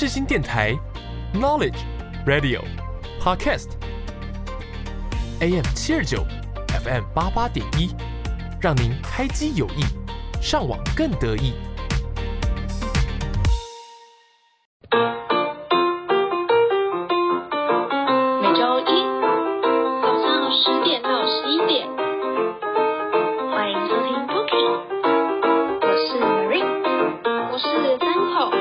世新电台 Knowledge Radio Podcast AM 729 FM 88.1，让您开机有益，上网更得意。 每周一早上10点到11点，欢迎收听 Booking， 我是 Marine， 我是三口，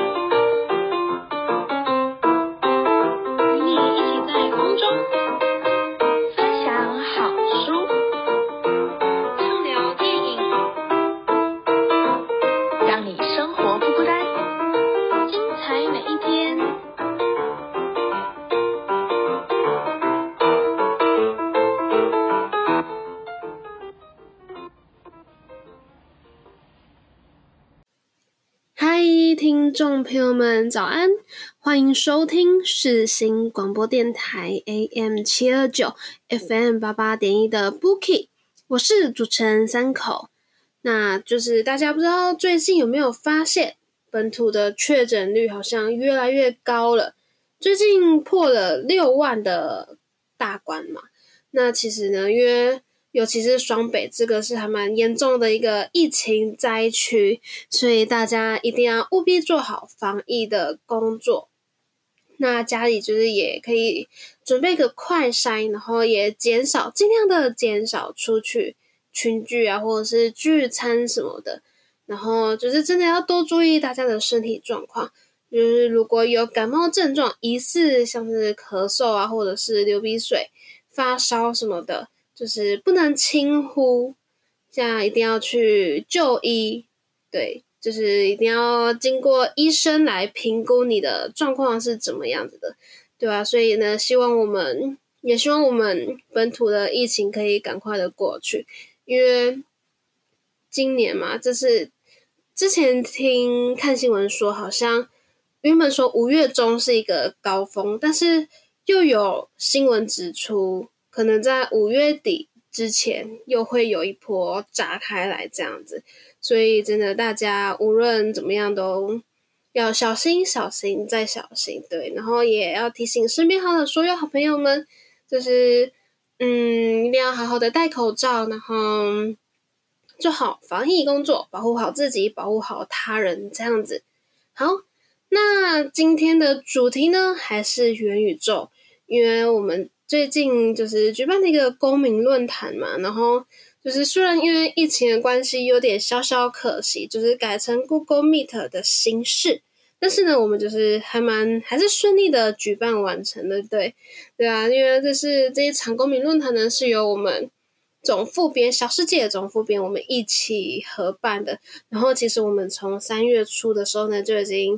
与你一起在空中分享好书，畅聊电影，让你生活不孤单，精彩每一天。嗨，听众朋友们，早安！欢迎收听世新广播电台 AM 729 FM 88.1的 Bookie， 我是主持人三口。那就是大家不知道最近有没有发现，本土的确诊率好像越来越高了，最近破了6万的大关嘛。那其实呢，因为尤其是双北这个是还蛮严重的一个疫情灾区，所以大家一定要务必做好防疫的工作。那家里就是也可以准备个快筛，然后也尽量的减少出去群聚啊，或者是聚餐什么的。然后就是真的要多注意大家的身体状况，就是如果有感冒症状，疑似像是咳嗽啊，或者是流鼻水、发烧什么的，就是不能轻忽，这样一定要去就医。对，就是一定要经过医生来评估你的状况是怎么样子的，对吧？所以呢，希望我们本土的疫情可以赶快的过去，因为今年嘛，这是之前看新闻说，好像原本说5月中是一个高峰，但是又有新闻指出，可能在5月底之前又会有一波炸开来这样子，所以真的大家无论怎么样都要小心再小心，对，然后也要提醒身边所有好朋友们，就是一定要好好的戴口罩，然后做好防疫工作，保护好自己，保护好他人这样子。好，那今天的主题呢还是元宇宙，因为我们最近就是举办了一个公民论坛嘛，然后就是虽然因为疫情的关系有点小小可惜，就是改成 Google Meet 的形式，但是呢我们就是还是顺利的举办完成的，对啊，因为这一场公民论坛呢是由我们总副编小世界的总副编我们一起合办的，然后其实我们从3月初的时候呢就已经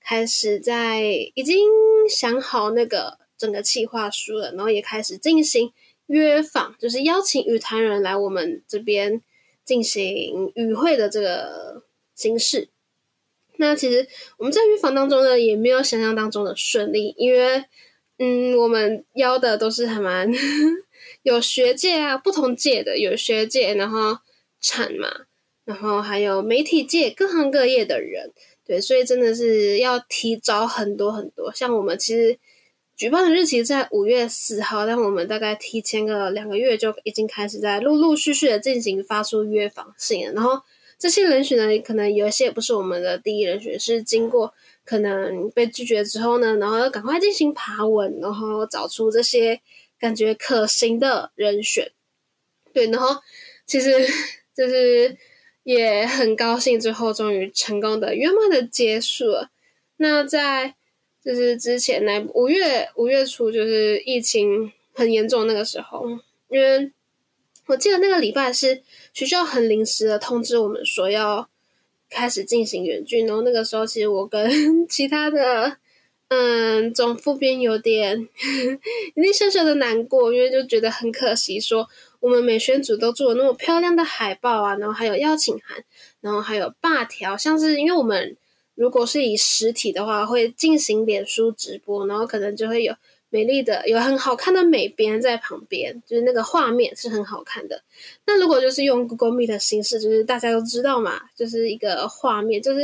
想好那个整个企划书了，然后也开始进行约访，就是邀请语坛人来我们这边进行与会的这个形式。那其实我们在约访当中呢也没有想象当中的顺利，因为我们邀的都是还蛮有学界啊，不同界的，有学界，然后产嘛，然后还有媒体界，各行各业的人，对，所以真的是要提早很多很多。像我们其实举办的日期在5月4号，但我们大概提前个2个月就已经开始在陆陆续续的进行发出约访信了，然后这些人选呢，可能有一些也不是我们的第一人选，是经过可能被拒绝之后呢，然后要赶快进行爬文，然后找出这些感觉可行的人选。对，然后其实就是也很高兴，最后终于成功的圆满的结束了。那在就是之前5月初，就是疫情很严重那个时候，因为我记得那个礼拜是学校很临时的通知我们说要开始进行远距，然后那个时候其实我跟其他的总副编有点小小的难过，因为就觉得很可惜，说我们美宣组都做了那么漂亮的海报啊，然后还有邀请函，然后还有霸条，像是因为我们如果是以实体的话会进行脸书直播，然后可能就会有美丽的有很好看的美编在旁边，就是那个画面是很好看的。那如果就是用 Google Meet 的形式，就是大家都知道嘛，就是一个画面，就是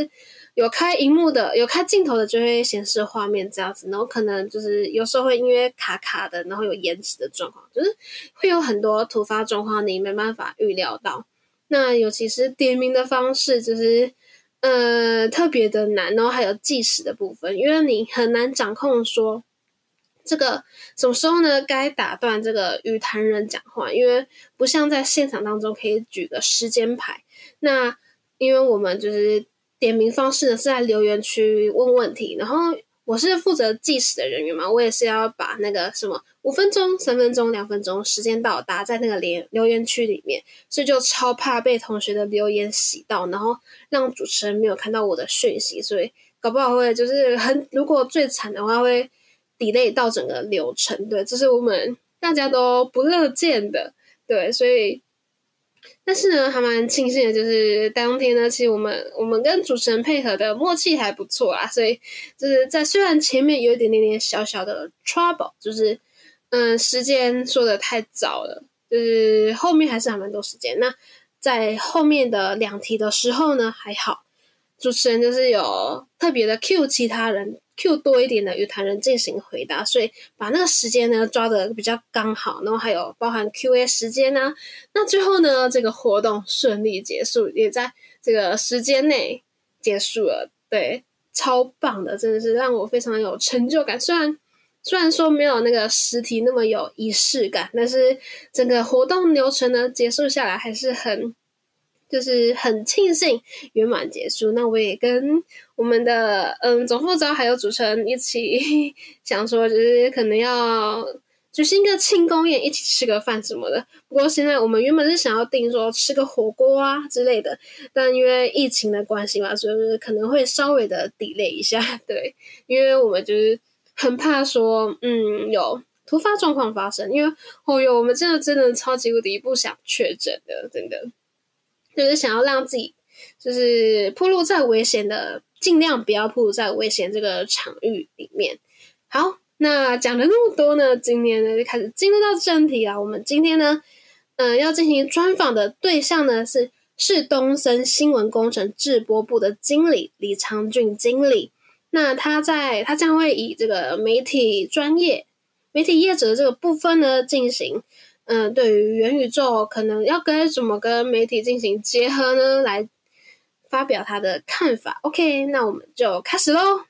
有开荧幕的、有开镜头的就会显示画面这样子，然后可能就是有时候会因为卡卡的，然后有延迟的状况，就是会有很多突发状况你没办法预料到。那尤其是点名的方式就是特别的难，然后还有计时的部分，因为你很难掌控说这个什么时候呢该打断这个语坛人讲话，因为不像在现场当中可以举个时间牌。那因为我们就是点名方式呢是在留言区问问题，然后我是负责计时的人员嘛，我也是要把那个什么5分钟、3分钟、2分钟时间到打在那个留言区里面，所以就超怕被同学的留言洗到，然后让主持人没有看到我的讯息，所以搞不好会就是如果最惨的话会 delay 到整个流程，对，这是我们大家都不乐见的，对，所以但是呢还蛮庆幸的，就是当天呢其实我们跟主持人配合的默契还不错啦，所以就是在虽然前面有一点点小小的 trouble， 就是时间说的太早了，就是后面还是还蛮多时间。那在后面的2题的时候呢还好，主持人就是有特别的 cue 其他人 Q 多一点的语坛人进行回答，所以把那个时间呢抓得比较刚好，然后还有包含 QA 时间啊。那最后呢这个活动顺利结束，也在这个时间内结束了，对，超棒的，真的是让我非常有成就感。虽然说没有那个实体那么有仪式感，但是整个活动流程呢结束下来还是很庆幸圆满结束。那我也跟我们的总副召还有主持人一起想说，就是可能要举行一个庆功宴，一起吃个饭什么的。不过现在我们原本是想要订说吃个火锅啊之类的，但因为疫情的关系嘛，所以可能会稍微的 delay 一下，对，因为我们就是很怕说有突发状况发生，因为我们真的超级无敌不想确诊的，真的就是想要让自己就是暴露在危险的，尽量不要暴露在危险这个场域里面。好，那讲了那么多呢，今天呢就开始进入到正题啦。我们今天呢要进行专访的对象呢是东森新闻工程制播部的经理李长俊经理。那他将会以这个媒体业者的这个部分呢进行对于元宇宙可能要该怎么跟媒体进行结合呢，来发表他的看法。 OK， 那我们就开始咯。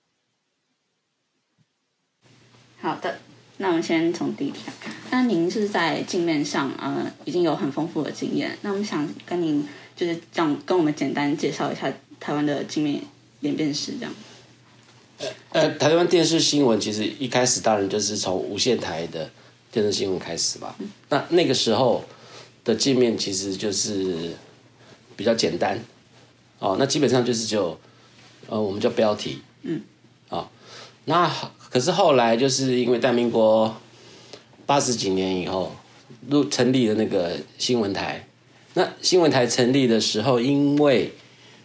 好的，那我们先从第一题。那您是在镜面上已经有很丰富的经验，那我们想跟您就是这样跟我们简单介绍一下台湾的镜面演变史这样。 台湾电视新闻其实一开始当然就是从无线台的电视新闻开始吧。那个时候的界面其实就是比较简单那基本上就是只有我们叫标题那可是后来就是因为在民国80几年以后成立了那个新闻台。那新闻台成立的时候，因为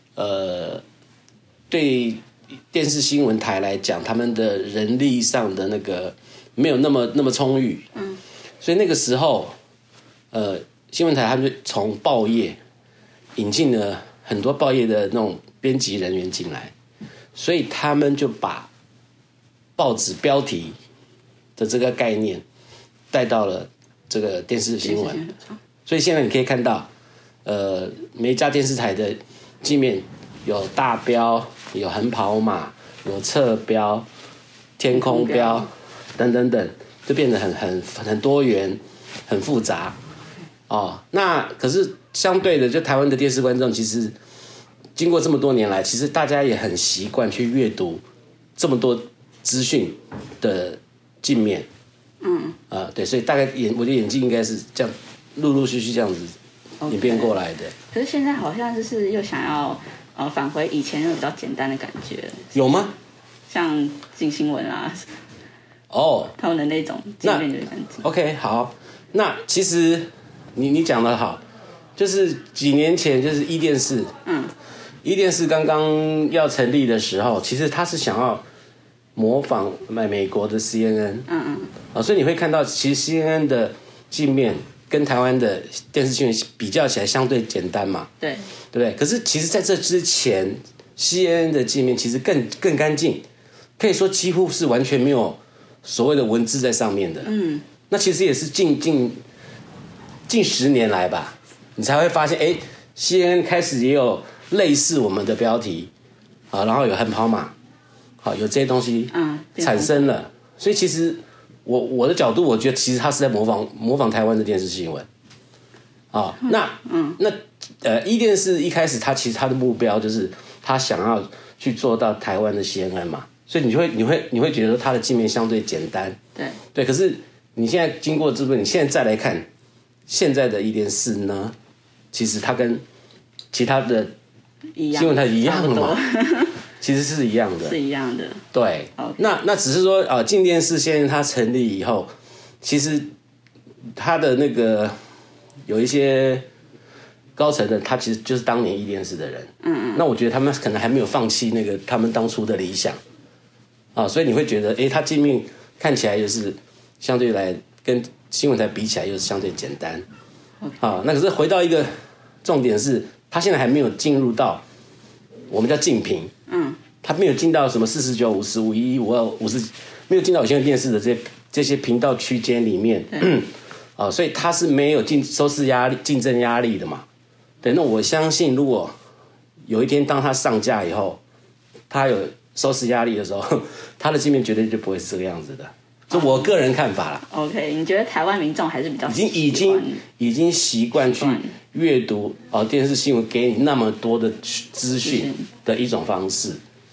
对电视新闻台来讲，他们的人力上的那个没有那么充裕，所以那个时候新闻台他们就从报业引进了很多报业的那种编辑人员进来，所以他们就把报纸标题的这个概念带到了这个电视新闻。所以现在你可以看到每一家电视台的界面有大标，有横跑马，有侧标、天空标等等等，就变得很多元、很复杂那可是相对的，就台湾的电视观众，其实经过这么多年来，其实大家也很习惯去阅读这么多资讯的镜面。对，所以大概我的眼镜应该是这样陆陆续续这样子演变过来的。 可是现在好像就是又想要返回以前那种比较简单的感觉。 有吗？ 像镜新闻啊他们的那种镜面就很近。 OK， 好，那其实你讲得好，就是几年前就是一电视一电视刚刚要成立的时候，其实他是想要模仿美国的 CNN， 所以你会看到其实 CNN 的镜面跟台湾的电视新闻比较起来相对简单嘛，对不对？可是其实在这之前 CNN 的界面其实更干净，可以说几乎是完全没有所谓的文字在上面的。那其实也是近10年来吧，你才会发现，CNN 开始也有类似我们的标题啊，然后有横跑马，好，有这些东西产生了。所以其实我的角度，我觉得其实他是在模仿台湾的电视新闻。啊，一电视一开始其实他的目标就是他想要去做到台湾的 CNN 嘛，所以你会觉得他的界面相对简单。对，可是你现在经过这部分，你现在再来看现在的一电视呢，其实它跟其他的新闻台一样嘛，其实是一样的， 是一样的。 对，那只是说镜电视现在它成立以后，其实它的那个有一些高层的，他其实就是当年一电视的人。那我觉得他们可能还没有放弃那个他们当初的理想啊，所以你会觉得，他界面看起来就是相对来跟新闻台比起来，又是相对简单。啊，那可是回到一个重点是，他现在还没有进入到我们叫竞评。他没有进到什么49、50、51、52、50，没有进到有线电视的这些频道区间里面。所以他是没有收视压力、竞争压力的嘛。对，那我相信，如果有一天当他上架以后，他有收视压力的时候，他的界面绝对就不会是这个样子的。这我个人看法啦。 OK， 你觉得台湾民众还是比较已经习惯去阅读电视新闻给你那么多的资讯的一种方式。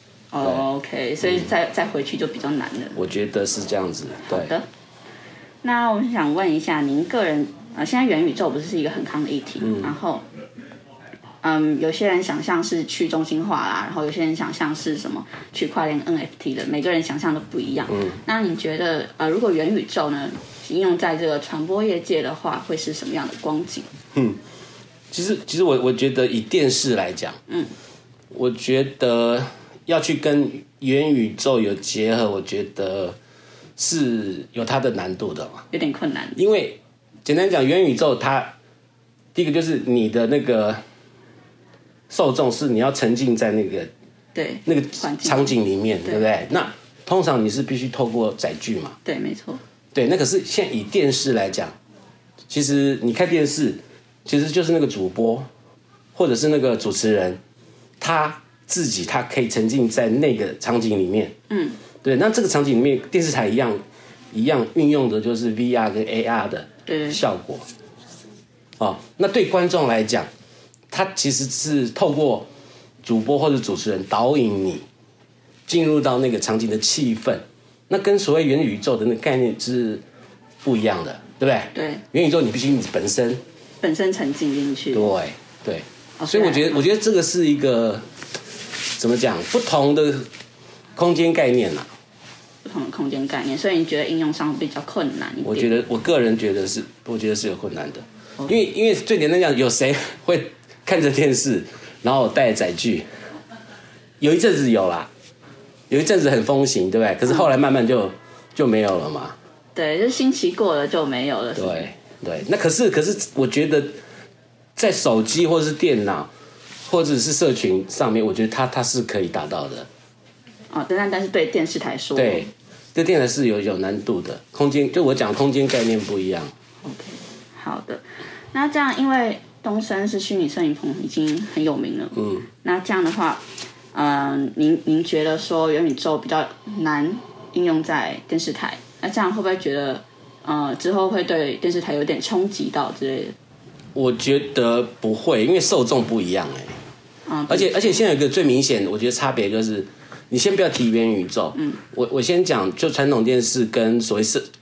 OK， 所以再回去就比较难了。 我觉得是这样子。对。 好的。那我想问一下，您个人现在元宇宙不是一个很夯的议题，然后有些人想象是去中心化啦，然后有些人想象是什么区块链 NFT 的，每个人想象都不一样。那你觉得如果元宇宙呢应用在这个传播业界的话，会是什么样的光景？ 其实我觉得以电视来讲，我觉得要去跟元宇宙有结合，我觉得是有它的难度的嘛， 有点困难。 因为简单讲，元宇宙它第一个就是你的那个受众是你要沉浸在那个场景里面，对不对？那通常你是必须透过载具嘛。 对，没错。对， 那可是现在以电视来讲，其实你看电视，其实就是那个主播或者是那个主持人，他自己他可以沉浸在那个场景里面。对，那这个场景里面，电视台一样运用的就是 VR 跟 AR 的效果。那对观众来讲，他其实是透过主播或者主持人导引你进入到那个场景的气氛，那跟所谓元宇宙的那个概念是不一样的，对不对？ 对， 元宇宙你必须你本身沉浸进去。 对，所以我觉得这个是一个怎么讲不同的空间概念啦。 不同的空间概念，所以你觉得应用上比较困难一点？ 我个人觉得是有困难的。因为最简单讲，有谁会看着电视，然后带载具？有一阵子有啦，有一阵子很风行，对不对？可是后来慢慢就没有了嘛。 对，就星期过了就没有了。 对，那可是我觉得在手机或者是电脑或者是社群上面，我觉得它是可以达到的。 但是对电视台说， 对电视台是有难度的，空间就我讲空间概念不一样。 OK， 好的。那这样，因为东森是虚拟摄影棚已经很有名了，那这样的话，您觉得说元宇宙比较难应用在电视台，那这样会不会觉得之后会对电视台有点冲击到之类的？我觉得不会，因为受众不一样而且现在有一个最明显，我觉得差别就是。你先不要提元宇宙，我先讲，就传统电视跟所谓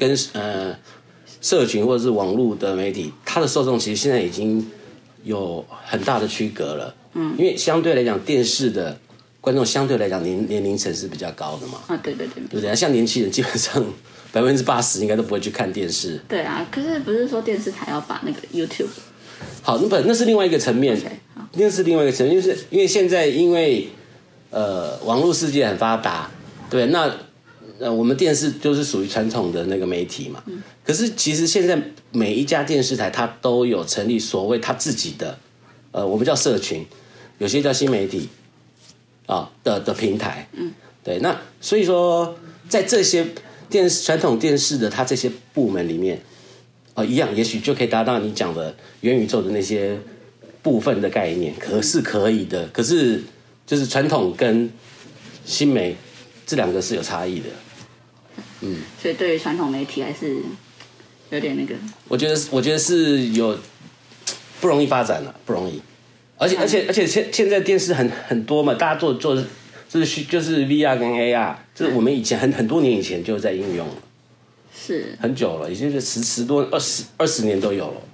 社群或者是网络的媒体，它的受众其实现在已经有很大的区隔了。因为相对来讲，电视的观众相对来讲年龄层是比较高的嘛。 对不对？像年轻人基本上80%应该都不会去看电视。 对啊，可是不是说电视台要把那个 YouTube？ 好，那是另外一个层面。那是另外一个层面，就是因为现在网络世界很发达，对，那我们电视就是属于传统的那个媒体嘛。可是其实现在每一家电视台它都有成立所谓它自己的我们叫社群，有些叫新媒体， 的平台。对，那所以说在这些传统电视的它这些部门里面，一样也许就可以达到你讲的元宇宙的那些部分的概念，可以的。可是就是传统跟新媒这两个是有差异的。 所以对于传统媒体还是有点那个。我觉得是有不容易发展了，不容易。而且现在电视很多嘛，大家做就是 VR 跟 AR， 这是我们以前很多年以前就在应用了，是很久了，已经是10多20年都有了。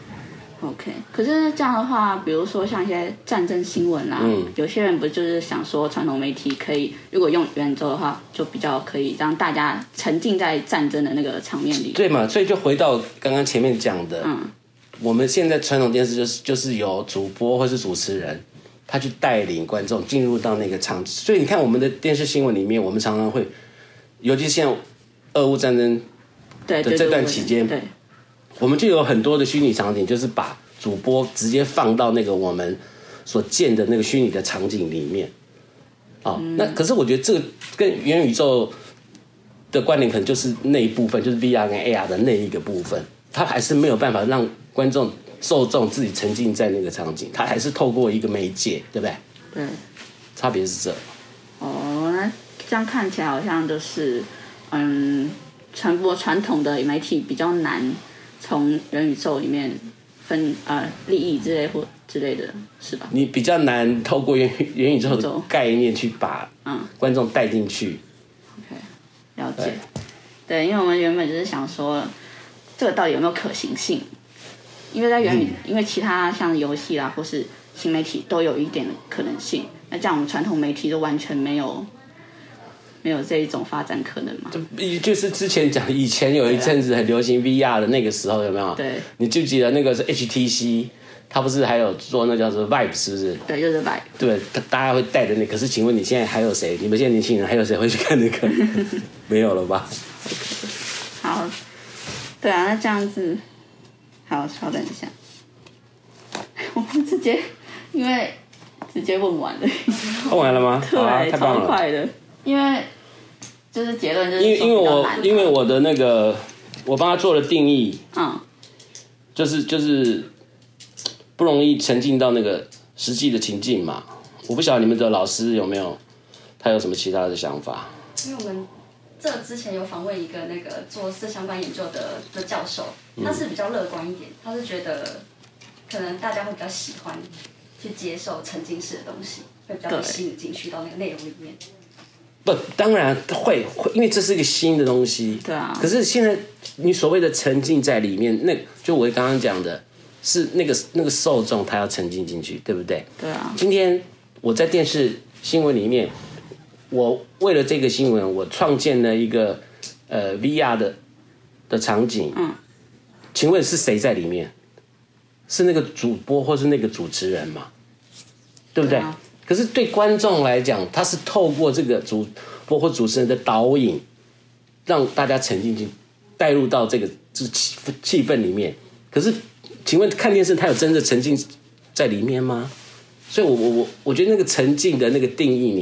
OK， 可是这样的话，比如说像一些战争新闻啦，有些人不就是想说传统媒体可以，如果用元宇宙的话，就比较可以让大家沉浸在战争的那个场面里。 对嘛，所以就回到刚刚前面讲的，我们现在传统电视就是由主播或是主持人，他去带领观众进入到那个场景。所以你看我们的电视新闻里面，我们常常会，尤其像俄乌战争的这段期间，对。我们就有很多的虚拟场景，就是把主播直接放到那个我们所见的那个虚拟的场景里面。那可是我觉得这个跟元宇宙的关联可能就是那一部分，就是 VR 跟 AR 的那一个部分，它还是没有办法让观众受众自己沉浸在那个场景，它还是透过一个媒介，对不对？对，差别是这。 那这样看起来好像就是传播传统的媒体比较难从元宇宙里面分利益之类的，是吧？ 你比较难透过元宇宙的概念去把观众带进去。 OK， 了解。对，因为我们原本就是想说，这个到底有没有可行性？因为在因为其他像游戏啦或是新媒体都有一点可能性，那这样我们传统媒体就完全没有这一种发展可能吗？ 就是之前讲，以前有一阵子很流行 VR 的那个时候，有没有？ 对， 你记不记得那个是 HTC， 它不是还有做那叫做 Vive， 是不是？ 对，就是 Vive。 对，大家会带着那。可是，请问你现在还有谁？你们现在年轻人还有谁会去看那个？没有了吧？ 好，对啊，那这样子，好，稍等一下，我们直接问完了。 问完了吗？ 对， 太棒了， 超快的。因为就是结论就是因为我的那个我帮他做了定义，就是不容易沉浸到那个实际的情境嘛。我不晓得你们的老师有没有他有什么其他的想法？ 因为我们之前有访问一个那个做这相关研究的教授，他是比较乐观一点，他是觉得可能大家会比较喜欢去接受沉浸式的东西，会比较被吸引进去到那个内容里面。 不，当然会，因为这是一个新的东西。 对啊。 可是现在你所谓的沉浸在里面，那就我刚刚讲的，是那个受众他要沉浸进去，对不对？ 对啊。 今天我在电视新闻里面，我为了这个新闻，我创建了一个VR 的场景。请问是谁在里面？是那个主播或是那个主持人吗？对不对？可是对观众来讲，他是透过这个主播或主持人的导引，让大家沉浸进，带入到这个气氛里面。可是，请问看电视，他有真的沉浸在里面吗？所以我觉得那个沉浸的那个定义，你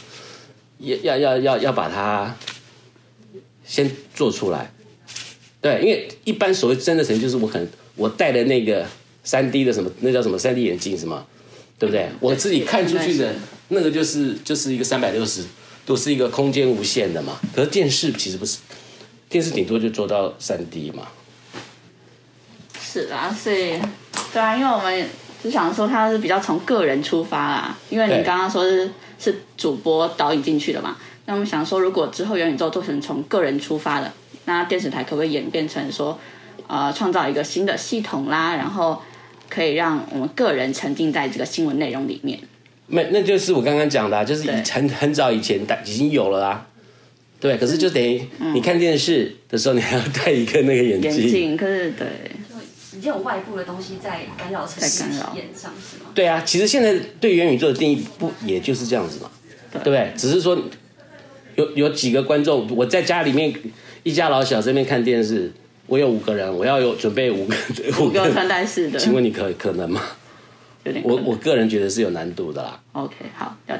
要把它先做出来。对，因为一般所谓真的沉浸，就是我戴的那个3D 的什么，那叫什么3D 眼镜什么。对不对？我自己看出去的那个就是一个360度，是一个空间无限的嘛。可是电视其实不是，电视顶多就做到3D 嘛。 是啦，所以对啊，因为我们就想说它是比较从个人出发啦，因为你刚刚说是主播导引进去的嘛。那我们想说，如果之后元宇宙做成从个人出发的，那电视台可不可以演变成说，创造一个新的系统啦，然后可以让我们个人沉浸在这个新闻内容里面。 那就是我刚刚讲的，就是很早以前已经有了啊。对，可是就等于你看电视的时候，你还要戴一个那个眼镜。 可是对， 已经有外部的东西在干扰城市体验上，是吗？ 对啊，其实现在对元宇宙的定义不也就是这样子嘛，对不对？只是说有几个观众，我在家里面一家老小这边看电视。我有5个人，我要准备5个穿戴式的， 请问你可能吗？我个人觉得是有难度的啦。 OK， 好，了解。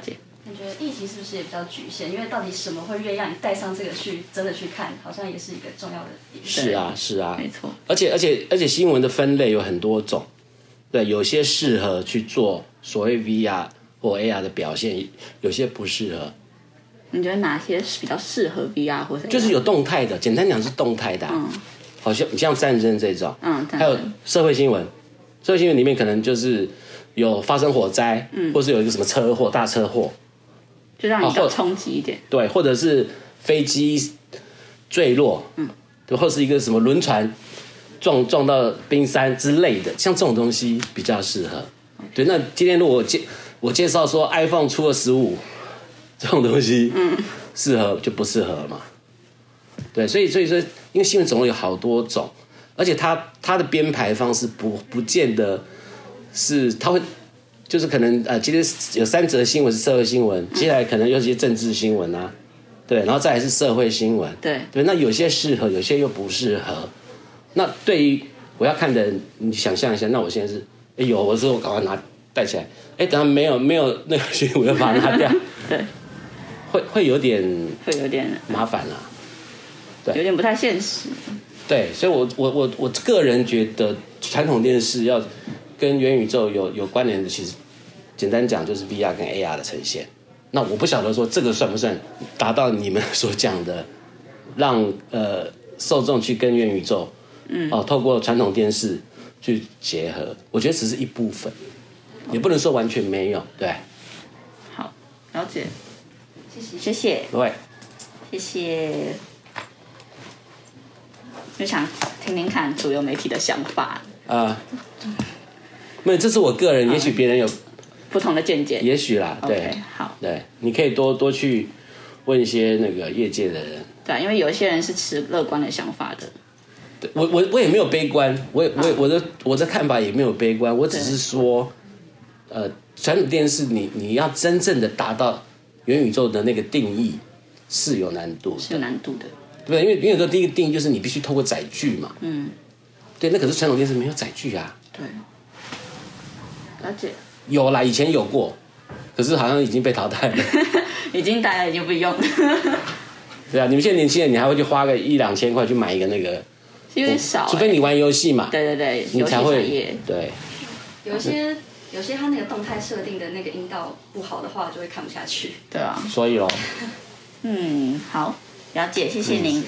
感觉议题是不是也比较局限？因为到底什么会愿意让你带上这个去真的去看，好像也是一个重要的点。 是啊，是啊， 没错。 而且新闻的分类有很多种，对，有些适合去做所谓 VR 或 AR 的表现，有些不适合。 你觉得哪些比较适合 VR 或者 AR？ 就是有动态的，简单讲是动态的、好像战争这种，还有社会新闻，社会新闻里面可能就是有发生火灾，或是有一个什么车祸、大车祸， 就让你比较冲击一点， 对，或者是飞机坠落，或是一个什么轮船撞到冰山之类的，像这种东西比较适合。对，那今天如果我介绍说 iPhone 出了15。这种东西，适合就不适合嘛？对，所以说，因为新闻种类有好多种，而且它的编排方式不见得是，它会就是可能今天有3则新闻是社会新闻，接下来可能有些政治新闻啊，对，然后再来是社会新闻， 对， 那有些适合，有些又不适合。那对于我要看的人，你想象一下，那我现在是，有我说我赶快带起来，等下没有那个新闻，我要把它拿掉， 对。 会有点麻烦啦，对， 有点不太现实。 对，所以我个人觉得传统电视要跟元宇宙有关联的，其实简单讲就是 VR 跟 AR 的呈现。那我不晓得说这个算不算达到你们所讲的，让受众去跟元宇宙，透过传统电视去结合，我觉得只是一部分，也不能说完全没有。对， 好，了解。 谢谢， 对， 谢谢。就想听听看主流媒体的想法没有，这是我个人，也许别人有不同的见解， 也许啦，对， okay, 好， 对，你可以多去问一些那个业界的人， 对，因为有一些人是持乐观的想法的。 对，我也没有悲观，我的看法也没有悲观，我只是说，传统电视你要真正的达到元宇宙的那个定义是有难度的， 是有难度的， 对，因为元宇宙第一个定义就是你必须透过载具嘛，对，那可是传统电视没有载具啊， 对，了解， 有啦，以前有过，可是好像已经被淘汰了， 大家已经不用， 对啊，你们现在年轻人，你还会去花个1-2千块去买一个那个， 有点少， 除非你玩游戏嘛， 对， 你才会对， 有些他那个动态设定的那个阴道不好的话，就会看不下去。 对啊， 所以咯， 好，了解，谢谢您。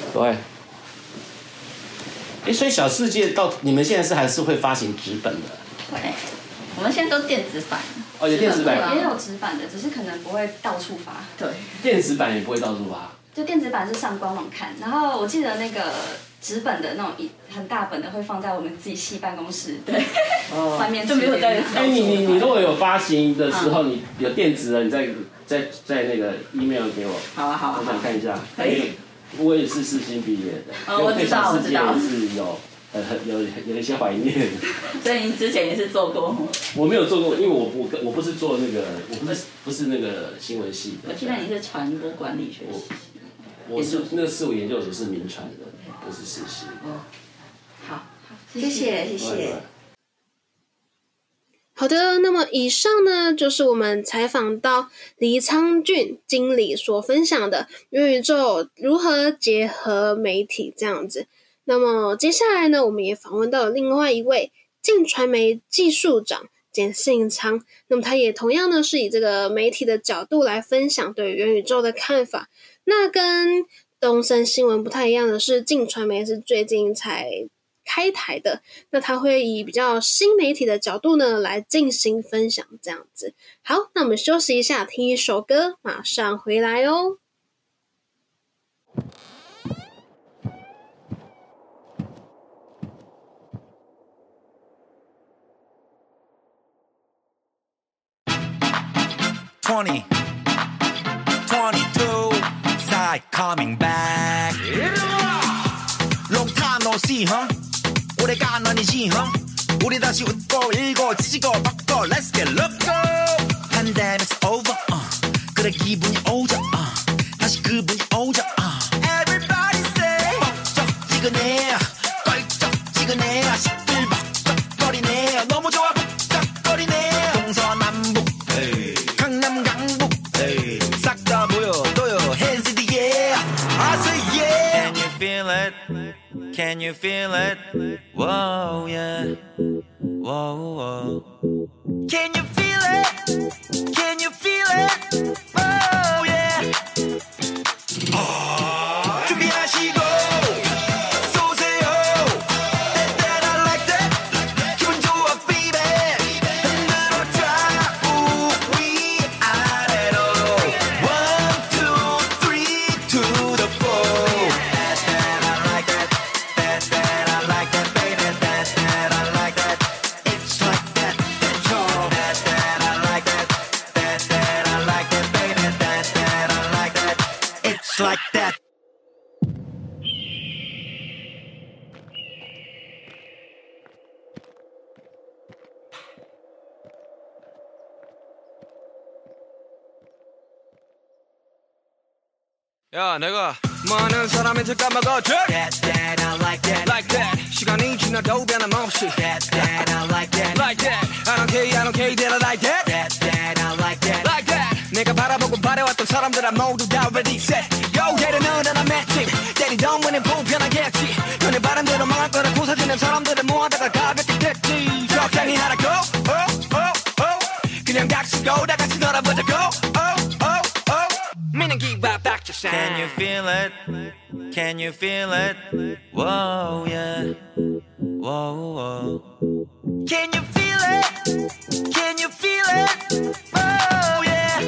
对，所以小世界到你们现在还是会发行纸本的？ 会， 我们现在都电子版。 有电子版， 也有纸版的，只是可能不会到处发。 对， 电子版也不会到处发。 就电子版是上官网看，然后我记得那个纸本的那种很大本的会放在我们自己系办公室，对，外面就没有在。 你如果有发行的时候，你有电子的，你再那个 email 给我。 好啊， 我想看一下。 可以。 我也是世新毕业的， 我知道， 是有一些怀念。 所以您之前也是做过？ 我没有做过，因为我不是做那个，我不是那个新闻系的。 我记得你是传播管理学系。 我是那个事务研究所是民传的，不是世新。 好，谢谢。 好的，那么以上呢，就是我们采访到黎昌俊经理所分享的元宇宙如何结合媒体这样子。那么接下来呢，我们也访问到了另外一位镜传媒技术长简信昌，那么他也同样呢是以这个媒体的角度来分享对元宇宙的看法。那跟东森新闻不太一样的是，镜传媒是最近才开台的，那他会以比较新媒体的角度呢来进行分享这样子。好，那我们休息一下，听一首歌，马上回来哦。 20, 22, side coming back. Long time no see, huh? 오래간 아니지, huh? 우리 다시 웃고 일고 지지고 바꾸고 let's get loco. Pandemic's over, 그래 기분이 오자, 다시 그분이 오자. Everybody say, 뻑적지근해, 껄쩍지근해, 시끌벅적거리네, 너무 좋아 벅적거리네. 동서남북, 강남 강북, feel it? Can you feel it? Whoa, yeah. Whoa, whoa. Can you feel it? Can you feel it? Whoa, yeah. 준비하시고 쏘세요. That I like that. 기분 좋아, baby. 흔들어 좌우 위아래로. 1, 2, 3 to the 4. That I like that. That I like that, baby. That I like that. It's like that. That's all. That I like that. That I like that, baby. That I like that. It's like that. 야 내가 많은 사람한테 까먹어줘 That I like that. Like that 시간이 지나도 변함없이 That I like that. Like that I don't care that I like that That I like that. Like that 내가 바라보고 바래왔던 사람들아 모두 다 ready set Go get it 너는 안 맺지 때리던 문은 불편하겠지 너네 바람대로 망할 거라 고사지는 사람들을 모아다가 가볍게 됐지 적당히 하라고 그냥 닥치고 다 같이 놀아보자고 meaning give back to sound Can you feel it? Can you feel it? Whoa, yeah. Whoa, whoa. Can you feel it? Can you feel it? Whoa, yeah.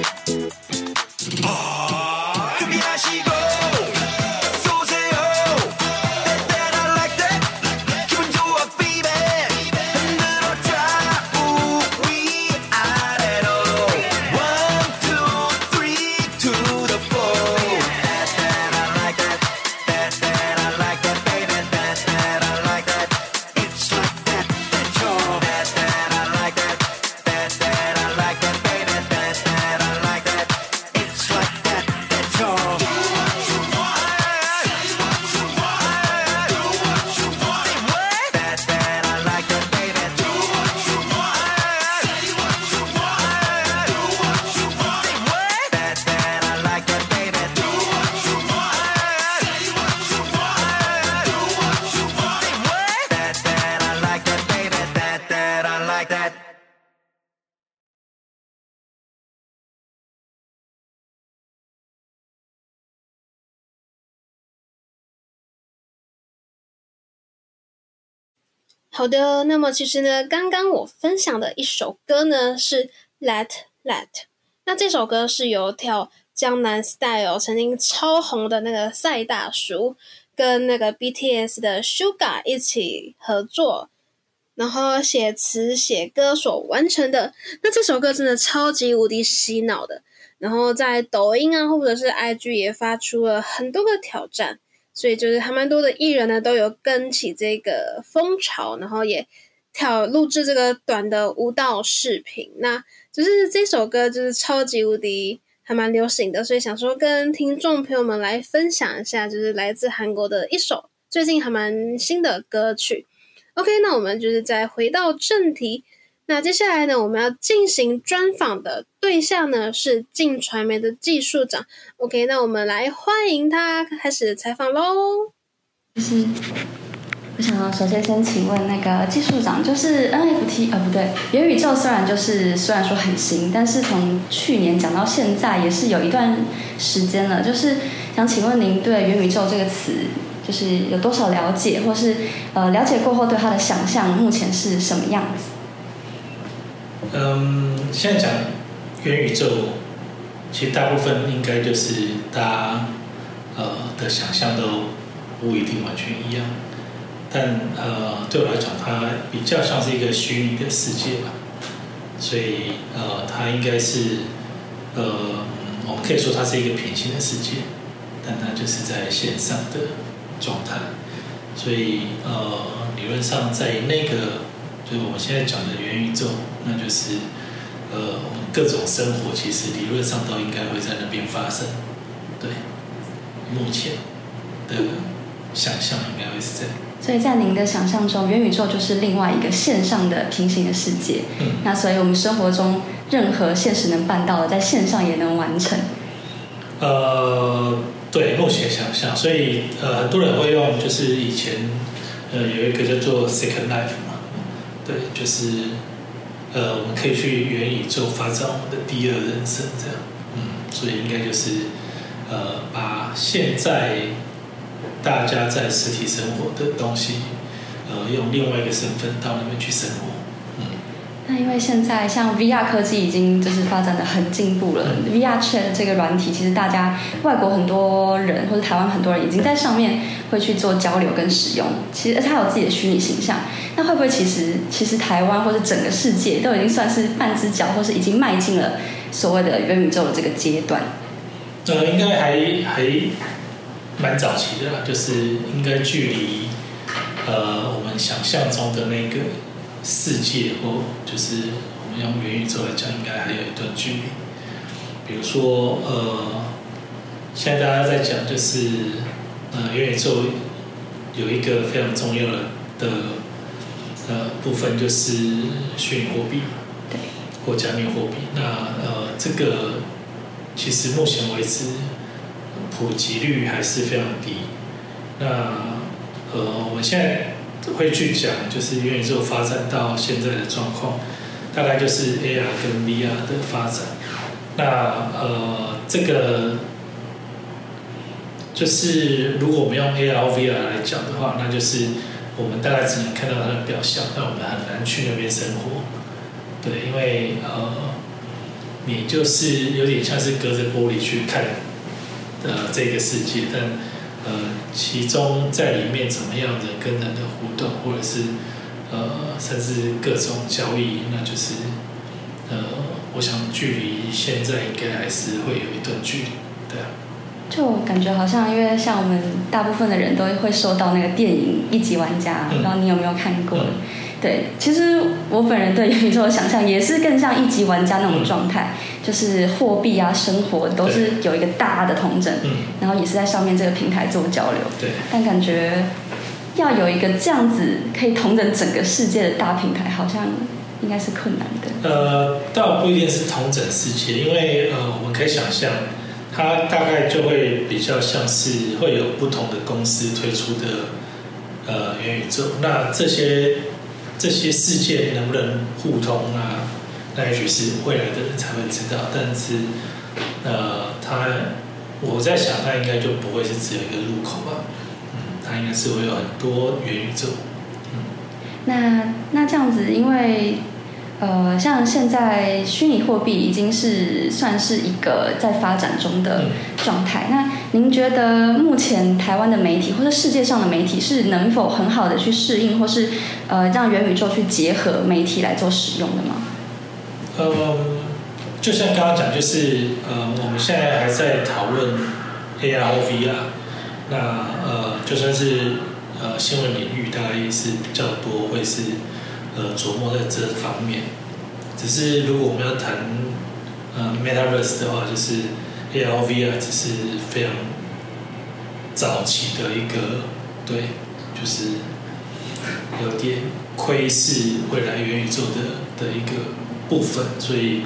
준비하시고 쏘세요. That I like that. 기분 좋아, baby. 흔들어 좌우 위아래로. 1, 2, 3 to the 4. That I like that. That I like that, baby. That I like that. It's like that. That's all. That I like that. That I like that, baby. That I like that. It's like that. That's all. Do what you want. Say what you want. Do what you want. That I like that, baby. Do what you want. Say what you want. Do what you want. That I like that, baby. Do what you want. Say what you want. Do what you want. That I like that, baby. That I like that. 好的，那么其实呢，刚刚我分享的一首歌呢是 Let Let， 那这首歌是由跳江南 Style 曾经超红的那个赛大叔跟那个 BTS 的 Suga 一起合作，然后写词写歌所完成的。那这首歌真的超级无敌洗脑的，然后在抖音啊或者是 IG 也发出了很多个挑战，所以就是还蛮多的艺人呢都有跟起这个风潮，然后也录制这个短的舞蹈视频。那就是这首歌就是超级无敌还蛮流行的，所以想说跟听众朋友们来分享一下，就是来自韩国的一首最近还蛮新的歌曲。OK， 那我们就是再回到正题。那接下来呢，我们要进行专访的对象呢是镜传媒的技术长。OK， 那我们来欢迎他开始采访咯。 就是我想要首先先请问那个技术长，就是 NFT 不对，元宇宙虽然说很新，但是从去年讲到现在也是有一段时间了，就是想请问您对元宇宙这个词就是有多少了解，或是了解过后对它的想象目前是什么样子？ 现在讲元宇宙，其实大部分应该就是大家的想象都不一定完全一样，但对我来讲，它比较像是一个虚拟的世界吧，所以它应该是我们可以说它是一个平行的世界，但它就是在线上的状态，所以理论上在那个就是我们现在讲的元宇宙，那就是我们各种生活其实理论上都应该会在那边发生，对，目前的想象应该会是这样。 所以在您的想象中，元宇宙就是另外一个线上的平行的世界。那所以我们生活中任何现实能办到的，在线上也能完成。 对，目前想象，所以很多人会用，就是以前有一个叫做 Second Life 嘛，对，就是我们可以去元宇宙发展我们的第二人生这样，所以应该就是把现在大家在实体生活的东西，用另外一个身份到那边去生活。 那因为现在像 VR 科技已经就是发展的很进步了，VR Chat 这个软体，其实大家外国很多人或者台湾很多人已经在上面会去做交流跟使用，其实它有自己的虚拟形象。那会不会其实台湾或者整个世界都已经算是半只脚，或是已经迈进了所谓的元宇宙的这个阶段？ 应该还蛮早期的啦，就是应该距离我们想象中的那个世界，或就是我们用元宇宙来讲，应该还有一段距离。比如说，现在大家在讲就是元宇宙有一个非常重要的部分，就是虚拟货币， 对， 或加密货币。那这个其实目前为止普及率还是非常低。那我们现在会去讲，就是元宇宙发展到现在的状况，大概就是 AR 跟 VR 的发展。那这个就是如果我们用 AR、VR 来讲的话，那就是我们大概只能看到它的表象，但我们很难去那边生活。对，因为你就是有点像是隔着玻璃去看这个世界，但其中在里面怎么样的跟人的互动，或者是甚至各种交易，那就是我想距离现在应该还是会有一段距离，对啊。 就感觉好像，因为像我们大部分的人都会受到那个电影《一级玩家》，不知道你有没有看过？对，其实我本人对元宇宙的想象也是更像一级玩家那种状态，就是货币啊、生活都是有一个大的统整，然后也是在上面这个平台做交流。 对， 但感觉要有一个这样子可以统整整个世界的大平台，好像应该是困难的。 倒不一定是统整世界，因为我们可以想象，它大概就会比较像是会有不同的公司推出的元宇宙，那这些事件能不能互通啊？那也许是未来的人才会知道。但是，我在想，它应该就不会是只有一个入口吧？它应该是会有很多元宇宙。 那这样子，因为像现在虚拟货币已经是算是一个在发展中的状态。那您觉得目前台湾的媒体或者世界上的媒体是能否很好的去适应，或是让元宇宙去结合媒体来做使用的吗？ 就像刚刚讲，就是我们现在还在讨论 AR 或 VR， 那就算是新闻领域，大概也是比较多会是琢磨在这方面。只是如果我们要谈Metaverse 的话，就是 AR、VR 只是非常早期的一个，对，就是有点窥视未来元宇宙的一个部分，所以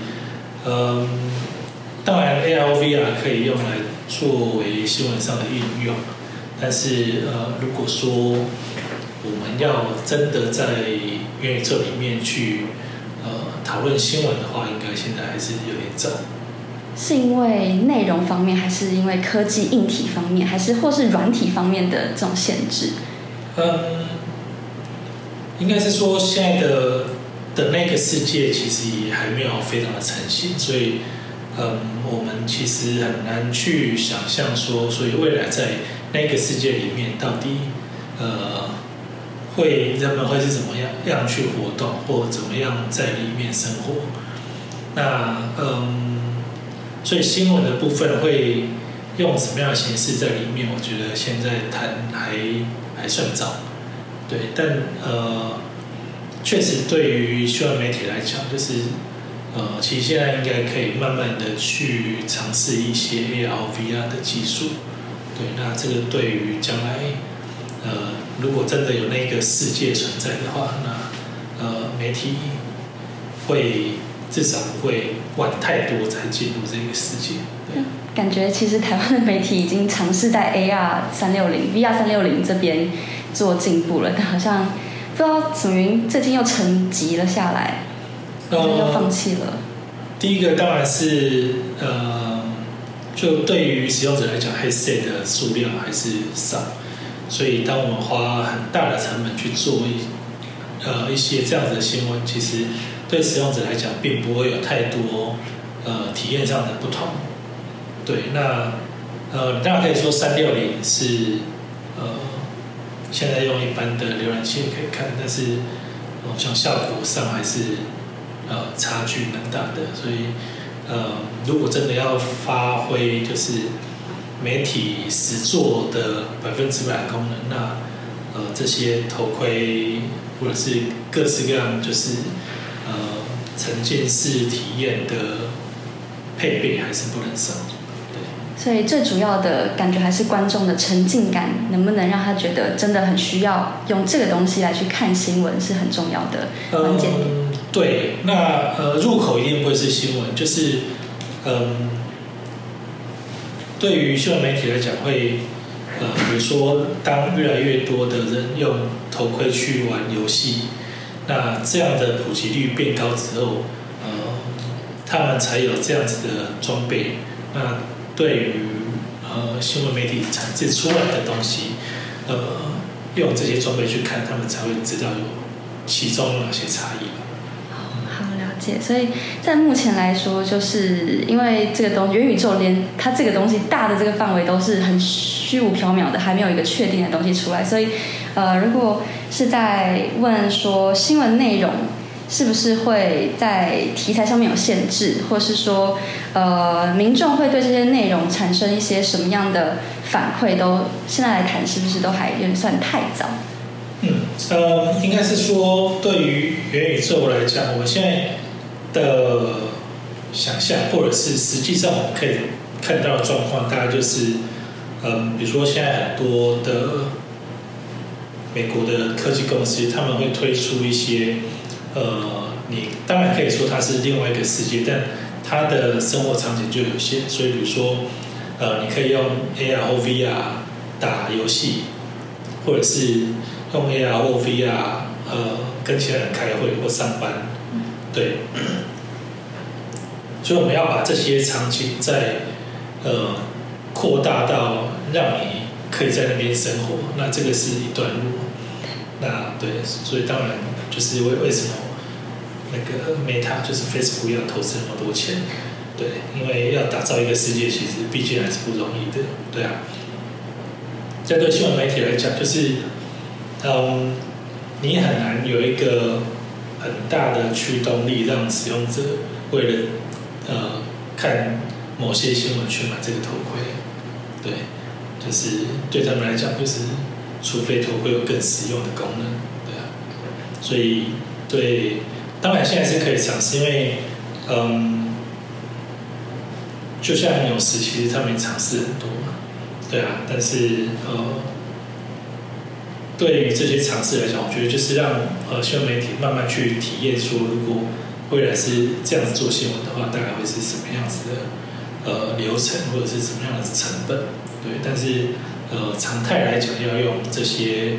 当然 AR、VR 可以用来作为新闻上的应用，但是如果说我们要真的在元宇宙里面去讨论新闻的话，应该现在还是有点早。 是因为内容方面，还是因为科技硬体方面，还是或是软体方面的这种限制？ 应该是说现在的那个世界其实也还没有非常的成型，所以我们其实很难去想象说，所以未来在那个世界里面到底人们会是怎么样去活动，或怎么样在里面生活。那所以新闻的部分会用什么样的形式在里面？我觉得现在谈还算早，对，但确实对于新闻媒体来讲，就是其实现在应该可以慢慢的去尝试一些 AR、VR 的技术，对，那这个对于将来如果真的有那个世界存在的话，那媒体会至少不会晚太多才进入这个世界。对， 感觉其实台湾的媒体已经尝试在 AR360、VR360这边做进步了，但好像不知道什么原因，最近又沉寂了下来，又放弃了。 第一个当然是就对于使用者来讲 ，headset 的数量还是少，所以当我们花很大的成本去做一些这样子的新闻，其实对使用者来讲，并不会有太多体验上的不同。对，那当然可以说360是现在用一般的浏览器也可以看，但是像效果上还是差距蛮大的，所以如果真的要发挥就是媒体实作的100%的功能，那这些头盔或者是各式各样就是沉浸式体验的配备还是不能少。 所以最主要的感觉还是观众的沉浸感，能不能让他觉得真的很需要用这个东西来去看新闻是很重要的关键点。 对，那入口一定不会是新闻，就是对于新闻媒体来讲会比如说当越来越多的人用头盔去玩游戏，那这样的普及率变高之后，他们才有这样子的装备。那对于新闻媒体产制出来的东西，用这些装备去看，他们才会知道有其中有哪些差异吧。 好了解，所以在目前来说，就是因为这个东西元宇宙连它这个东西大的这个范围都是很虚无缥缈的，还没有一个确定的东西出来，所以如果是在问说新闻内容是不是会在题材上面有限制，或是说民众会对这些内容产生一些什么样的反馈，都现在来谈是不是都还有点算太早？ 应该是说对于元宇宙来讲，我们现在的想象或者是实际上我们可以看到的状况，大概就是比如说现在很多的美国的科技公司，他们会推出一些你当然可以说它是另外一个世界，但它的生活场景就有限，所以比如说你可以用 AR 或 VR 打游戏，或者是用 AR 或 VR 跟其他人开会或上班，对，所以我们要把这些场景再扩大到让你可以在那边生活，那这个是一段路。那对，所以当然就是为什么那个 Meta 就是 Facebook 要投资那么多钱，对，因为要打造一个世界，其实毕竟还是不容易的，对啊。这对新闻媒体来讲，就是你很难有一个很大的驱动力，让使用者为了看某些新闻去买这个头盔，对，就是对他们来讲，就是除非头盔有更实用的功能，对啊，所以对，当然现在是可以尝试，因为就像纽斯，其实他们也尝试很多嘛，对啊，但是对于这些尝试来讲，我觉得就是让新闻媒体慢慢去体验，说如果未来是这样子做新闻的话，大概会是什么样子的流程，或者是什么样的成本，对，但是常态来讲，要用这些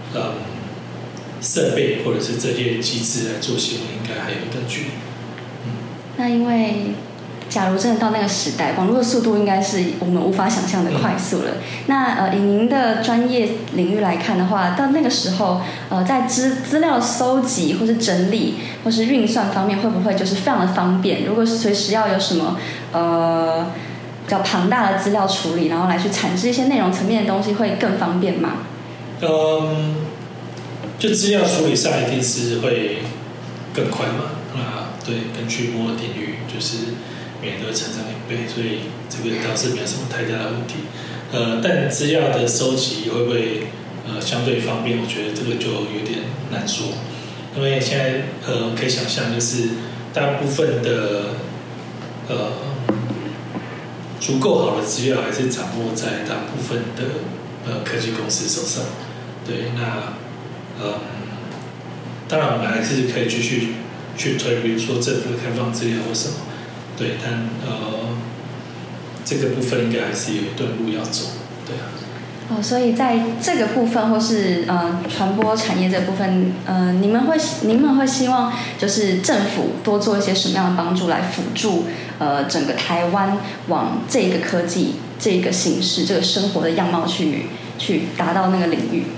设备或者是这些机制来做新闻，应该还有一段距离。 那因为假如真的到那个时代，网络的速度应该是我们无法想象的快速了。那以您的专业领域来看的话，到那个时候，在资料搜集或是整理或是运算方面，会不会就是非常的方便？如果随时要有什么比较庞大的资料处理，然后来去产制一些内容层面的东西，会更方便吗？ 就资料处理上一定是会更快嘛。那对，根据摩尔定律，就是每年都会成长1倍，所以这个倒是没有什么太大的问题。但资料的收集会不会相对方便？我觉得这个就有点难说，因为现在可以想象，就是大部分的足够好的资料还是掌握在大部分的科技公司手上。对，那当然我们还是可以继续去推，比如说政府的开放资料或什么。对，但这个部分应该还是有一段路要走，对啊。 所以在这个部分，或是传播产业这部分，你们会希望就是政府多做一些什么样的帮助来辅助整个台湾往这个科技、这个形式、这个生活的样貌去达到那个领域？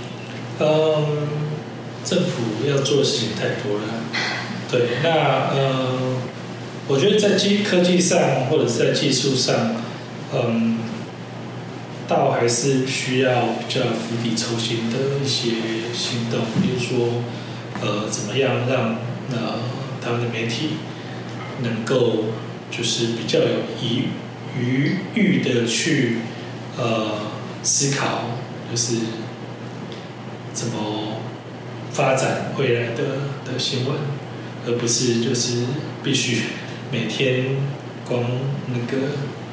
政府要做的事情太多了，对，那我觉得在科技上或者是在技术上，倒还是需要比较釜底抽薪的一些行动，比如说怎么样让台湾的媒体能够就是比较有余裕的去思考，就是怎么发展未来的新闻，而不是就是必须每天光那个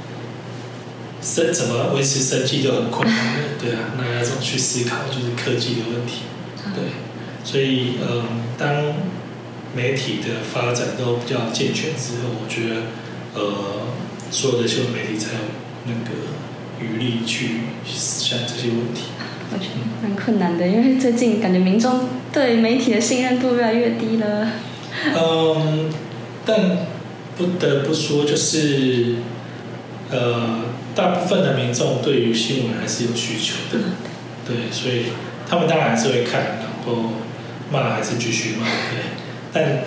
怎么维持生计都很困难的，对啊，那要怎么去思考就是科技的问题，对，所以当媒体的发展都比较健全之后，我觉得所有的新闻媒体才有那个余力去想这些问题。 我觉得蛮困难的，因为最近感觉民众对媒体的信任度越来越低了。 但不得不说，就是大部分的民众对于新闻还是有需求的，对，所以他们当然还是会看，然后骂还是继续骂，对，但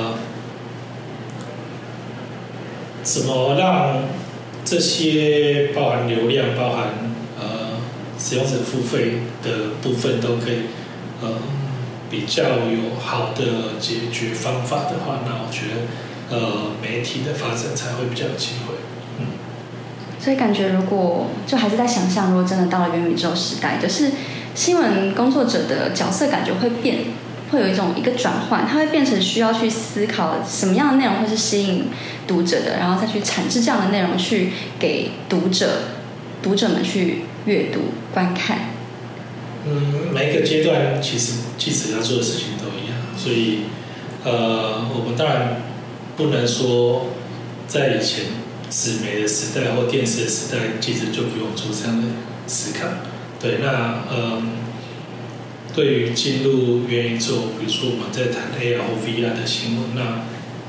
怎么让这些包含流量、包含使用者付费的部分都可以比较有好的解决方法的话，那我觉得媒体的发展才会比较有机会。 所以感觉如果就还是在想象，如果真的到了元宇宙时代，就是新闻工作者的角色感觉会有一个转换，它会变成需要去思考什么样的内容会是吸引读者的，然后再去产制这样的内容去给读者们去阅读观看。 每一个阶段其实记者要做的事情都一样，所以我们当然不能说在以前纸媒的时代或电视的时代，记者就不用做这样的思考。对，那对于进入元宇宙，比如说我们在谈 AR 或 VR 的新闻，那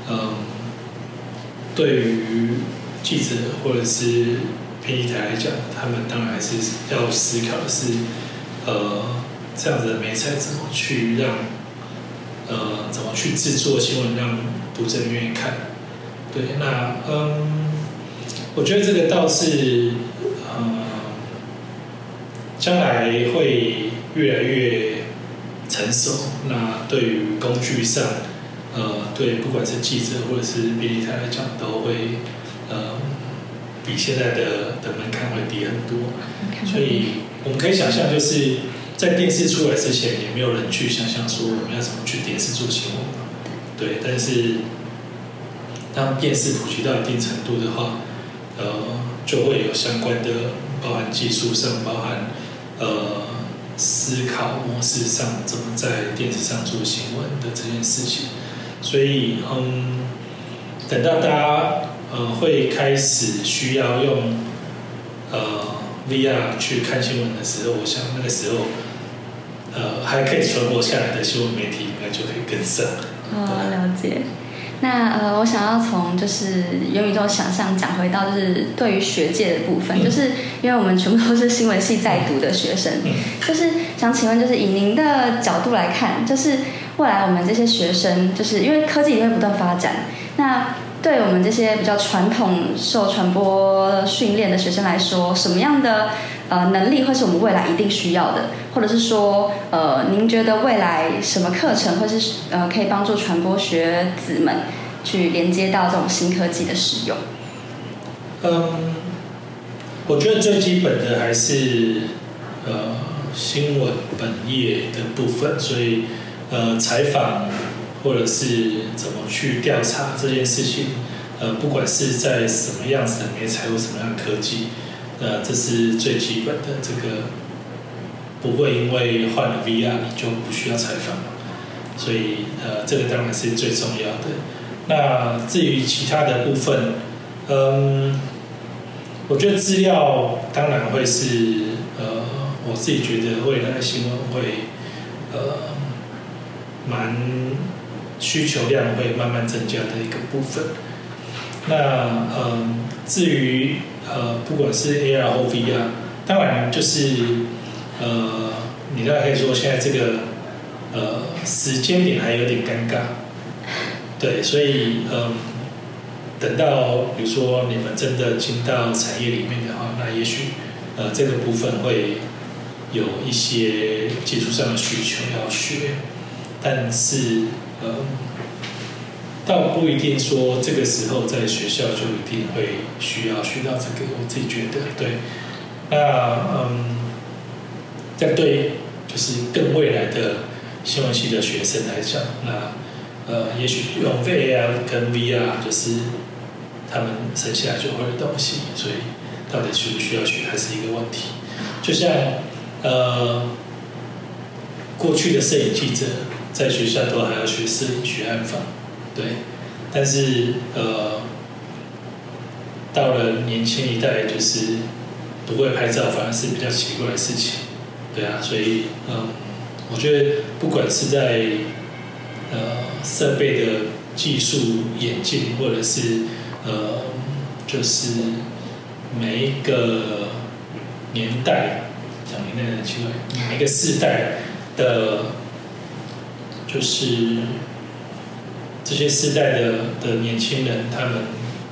对于记者或者是编辑台来讲，他们当然还是要思考的是，这样子的媒材怎么去让怎么去制作新闻让读者愿意看。对，那我觉得这个倒是将来会越来越成熟。那对于工具上，对不管是记者或者是编辑台来讲，都会比现在的门槛会低很多。所以我们可以想象，就是在电视出来之前，也没有人去想象说我们要怎么去电视做新闻。对，但是当电视普及到一定程度的话，就会有相关的，包含技术上，包含思考模式上，怎么在电视上做新闻的这件事情。所以等到大家会开始需要用VR 去看新闻的时候，我想那个时候还可以存活下来的新闻媒体应该就可以跟上。 了解。那我想要从就是元宇宙想象讲回到就是对于学界的部分，就是因为我们全部都是新闻系在读的学生，就是想请问，就是以您的角度来看，就是未来我们这些学生，就是因为科技也会不断发展，那对我们这些比较传统受传播训练的学生来说，什么样的能力会是我们未来一定需要的？或者是说您觉得未来什么课程会是可以帮助传播学子们去连接到这种新科技的使用？ 我觉得最基本的还是新闻本业的部分，所以采访或者是怎么去调查这件事情，不管是在什么样子的媒材或什么样的科技，这是最基本的。这个不会因为换了 VR 你就不需要采访，所以这个当然是最重要的。那至于其他的部分， 我觉得资料当然会是我自己觉得未来新闻会蛮需求量会慢慢增加的一个部分。那至于不管是 AR 或 VR， 当然就是你大概可以说现在这个时间点还有点尴尬，对，所以等到比如说你们真的进到产业里面的话，那也许这个部分会有一些技术上的需求要学，但是倒不一定说这个时候在学校就一定会需要学到这个，我自己觉得对。那这对就是更未来的新闻系的学生来讲，那也许用 AR 跟 VR 就是他们生下来就会的东西，所以到底需不需要学还是一个问题。就像过去的摄影记者在学校都还要学摄影、学暗访，对，但是到了年轻一代，就是不会拍照，反而是比较奇怪的事情，对啊，所以我觉得不管是在设备的技术演进，或者是就是每一个年代，讲年代的奇怪，每一个世代的，就是这些世代的年轻人，他们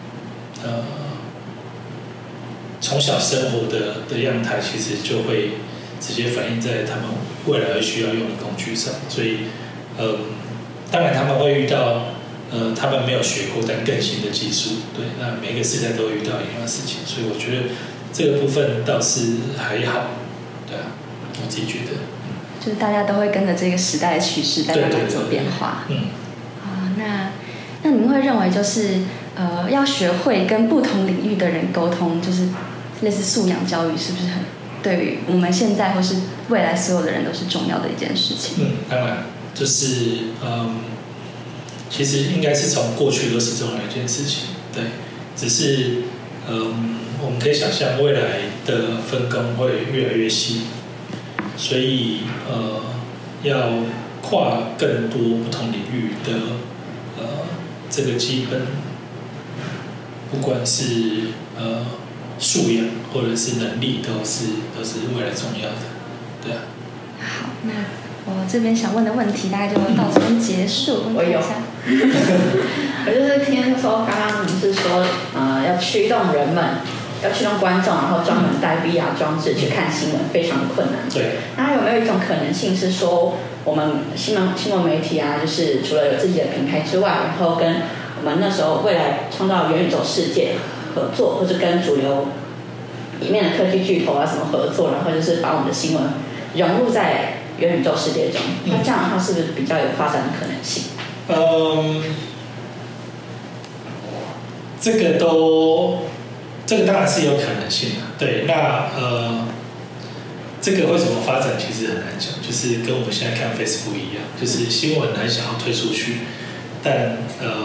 从小生活的样态，其实就会直接反映在他们未来需要用的工具上。所以，当然他们会遇到他们没有学过但更新的技术，对，那每一个世代都会遇到一样的事情。所以我觉得这个部分倒是还好，对啊，我自己觉得。 就是大家都会跟着这个时代的趋势在慢慢做变化。那你们会认为就是要学会跟不同领域的人沟通，就是类似素养教育，是不是很对于我们现在或是未来所有的人都是重要的一件事情？ 当然，就是其实应该是从过去都是重要的一件事情，对，只是我们可以想象未来的分工会越来越细。所以要跨更多不同领域的这个基本，不管是素养或者是能力，都是未来重要的，对啊。 好，那我这边想问的问题大概就到这边结束。 我有，我就是听说刚刚你是说要驱动人们。要驱动观众，然后专门带 VR 装置去看新闻，非常的困难。 对。 那有没有一种可能性是说，我们新闻媒体啊，就是除了有自己的平台之外，然后跟我们那时候未来创造元宇宙世界合作，或者跟主流里面的科技巨头啊什么合作，然后就是把我们的新闻融入在元宇宙世界中。那这样的话，是不是比较有发展的可能性？ 这个当然是有可能性的，对。那这个会怎么发展，其实很难讲，就是跟我们现在看 Facebook 一样，就是新闻很想要推出去，但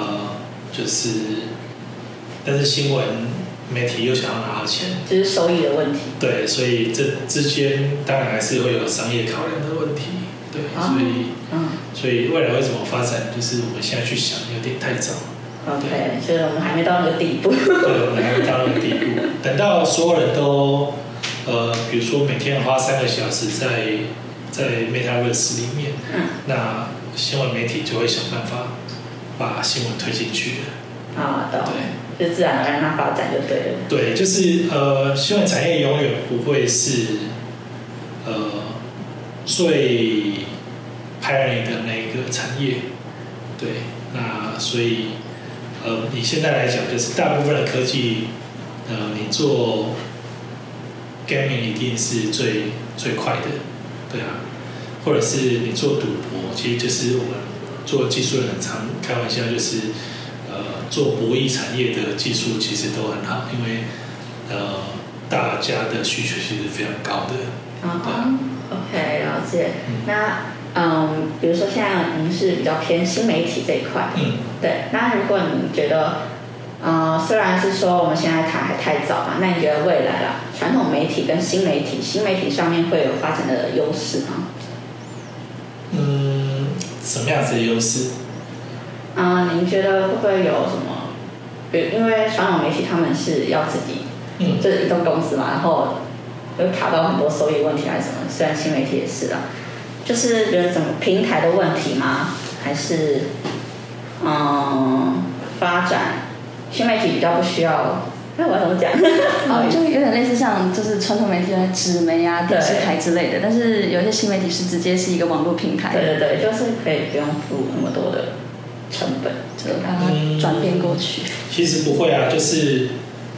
是新闻媒体又想要拿到钱， 这是收益的问题。 对，所以这之间当然还是会有商业考量的问题，对，所以未来会怎么发展，就是我们现在去想有点太早。 OK， 所以我们还没到那个地步。 对，我们还没到那个地步。等到所有人都比如说每天花3个小时在 Metaverse 里面，那新闻媒体就会想办法把新闻推进去的。 懂。对，就自然而然它发展就对了。 对，就是新闻产业永远不会是最 pioneer 的那一个产业。对，那所以。你现在来讲，就是大部分的科技，你做 gaming 一定是最快的，对啊，或者是你做赌博，其实就是我们做技术人很常开玩笑，就是做博弈产业的技术其实都很好，因为大家的需求其实非常高的。 OK， 了解。那比如说现在您是比较偏新媒体这一块，对。那如果你觉得虽然是说我们现在谈还太早嘛，那你觉得未来啦，传统媒体跟新媒体上面会有发展的优势吗？ 什么样子的优势？ 您觉得会不会有什么？因为传统媒体他们是要自己，就是一栋公司嘛，然后会卡到很多收益问题还是什么。虽然新媒体也是啦，就是觉得怎么平台的问题吗？还是发展？新媒体比较不需要，那我要怎么讲？ 就有点类似像就是传统媒体的纸媒啊、电视台之类的，但是有些新媒体是直接是一个网络平台。 对，就是可以不用付那么多的成本， 就让它转变过去。 其实不会啊，就是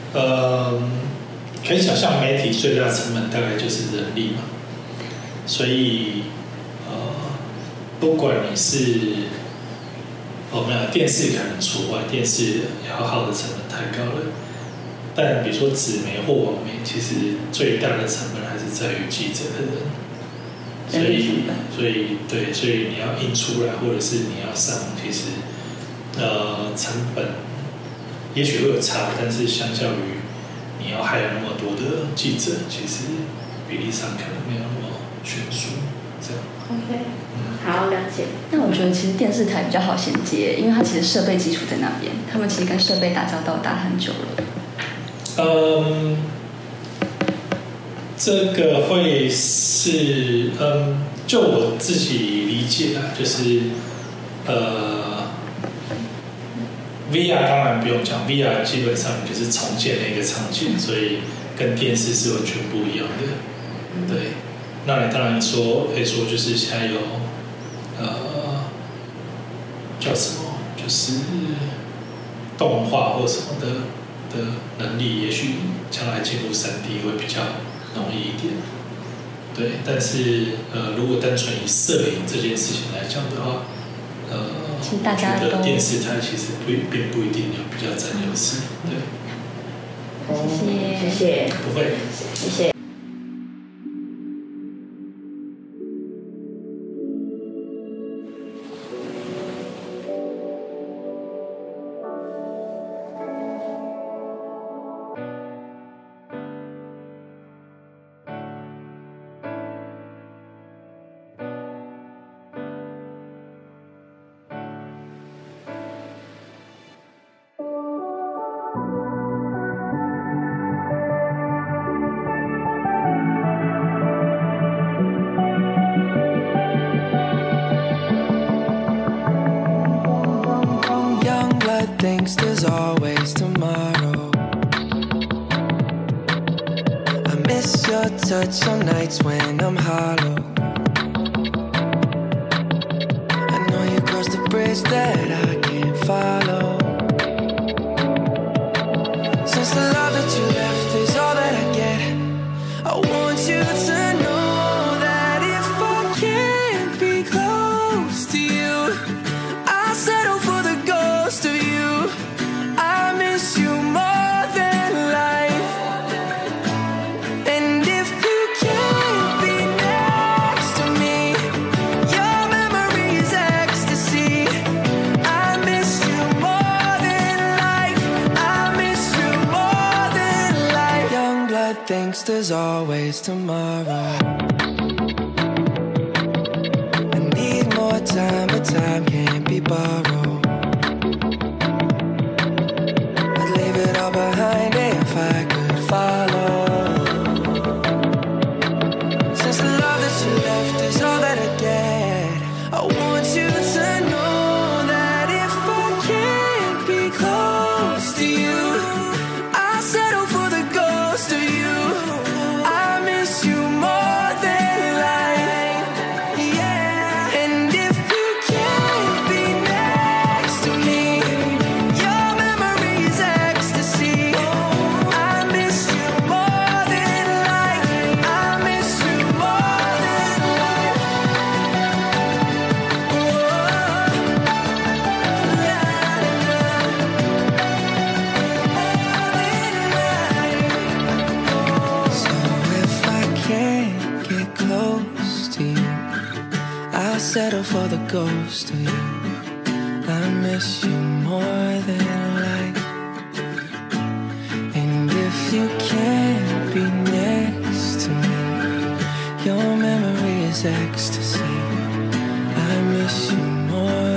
可以想象媒体最大的成本大概就是人力嘛，所以不管你是没有电视可能除外，电视要耗的成本太高了。但比如说纸媒或网媒，其实最大的成本还是在于记者的人，所以你要印出来，或者是你要上，其实成本也许会有差，但是相较于你要害有那么多的记者，其实比例上可能没有那么悬殊，这样。 OK， 好，了解。 那我觉得其实电视台比较好衔接，因为它其实设备基础在那边，他们其实跟设备打交道打很久了。 这个会是就我自己理解啦，就是VR 当然不用讲 ，VR 基本上就是重建那个场景，所以跟电视是完全不一样的。对，那你当然可以说就是现在有叫什么，就是动画或什么的能力，也许将来进入3D 会比较容易一点。对，但是如果单纯以摄影这件事情来讲的话， 其实大家觉得电视台其实并不一定有比较占优势。对， 谢谢， 不会， 谢谢。 Thinks there's always tomorrow. I miss your touch on nights when I'm hollow. I know you crossed the bridge that I can't follow. Since the love that you left is all that I get, I want you to know that if I can't be close to you, I'll settle for the ghost of you. I miss you more than life. And if you can't be next to me, your memory is ecstasy. I miss you more than life. I miss you more than life. Young blood thinks there's always tomorrow. I need more time, but time can't be borrowed. Behind it if I could follow. Since the love that you left is all that I get, I want you to know that if I can't be close to you, I'll settle for the ghost of you. I miss you more than life, yeah. And if you can't be next to me, your memory is ecstasy. I miss you more than life. I miss you more than life. So if I can't get close to you, I'll settle for the ghost of you. I miss you more than life. memory is ecstasy. I miss you more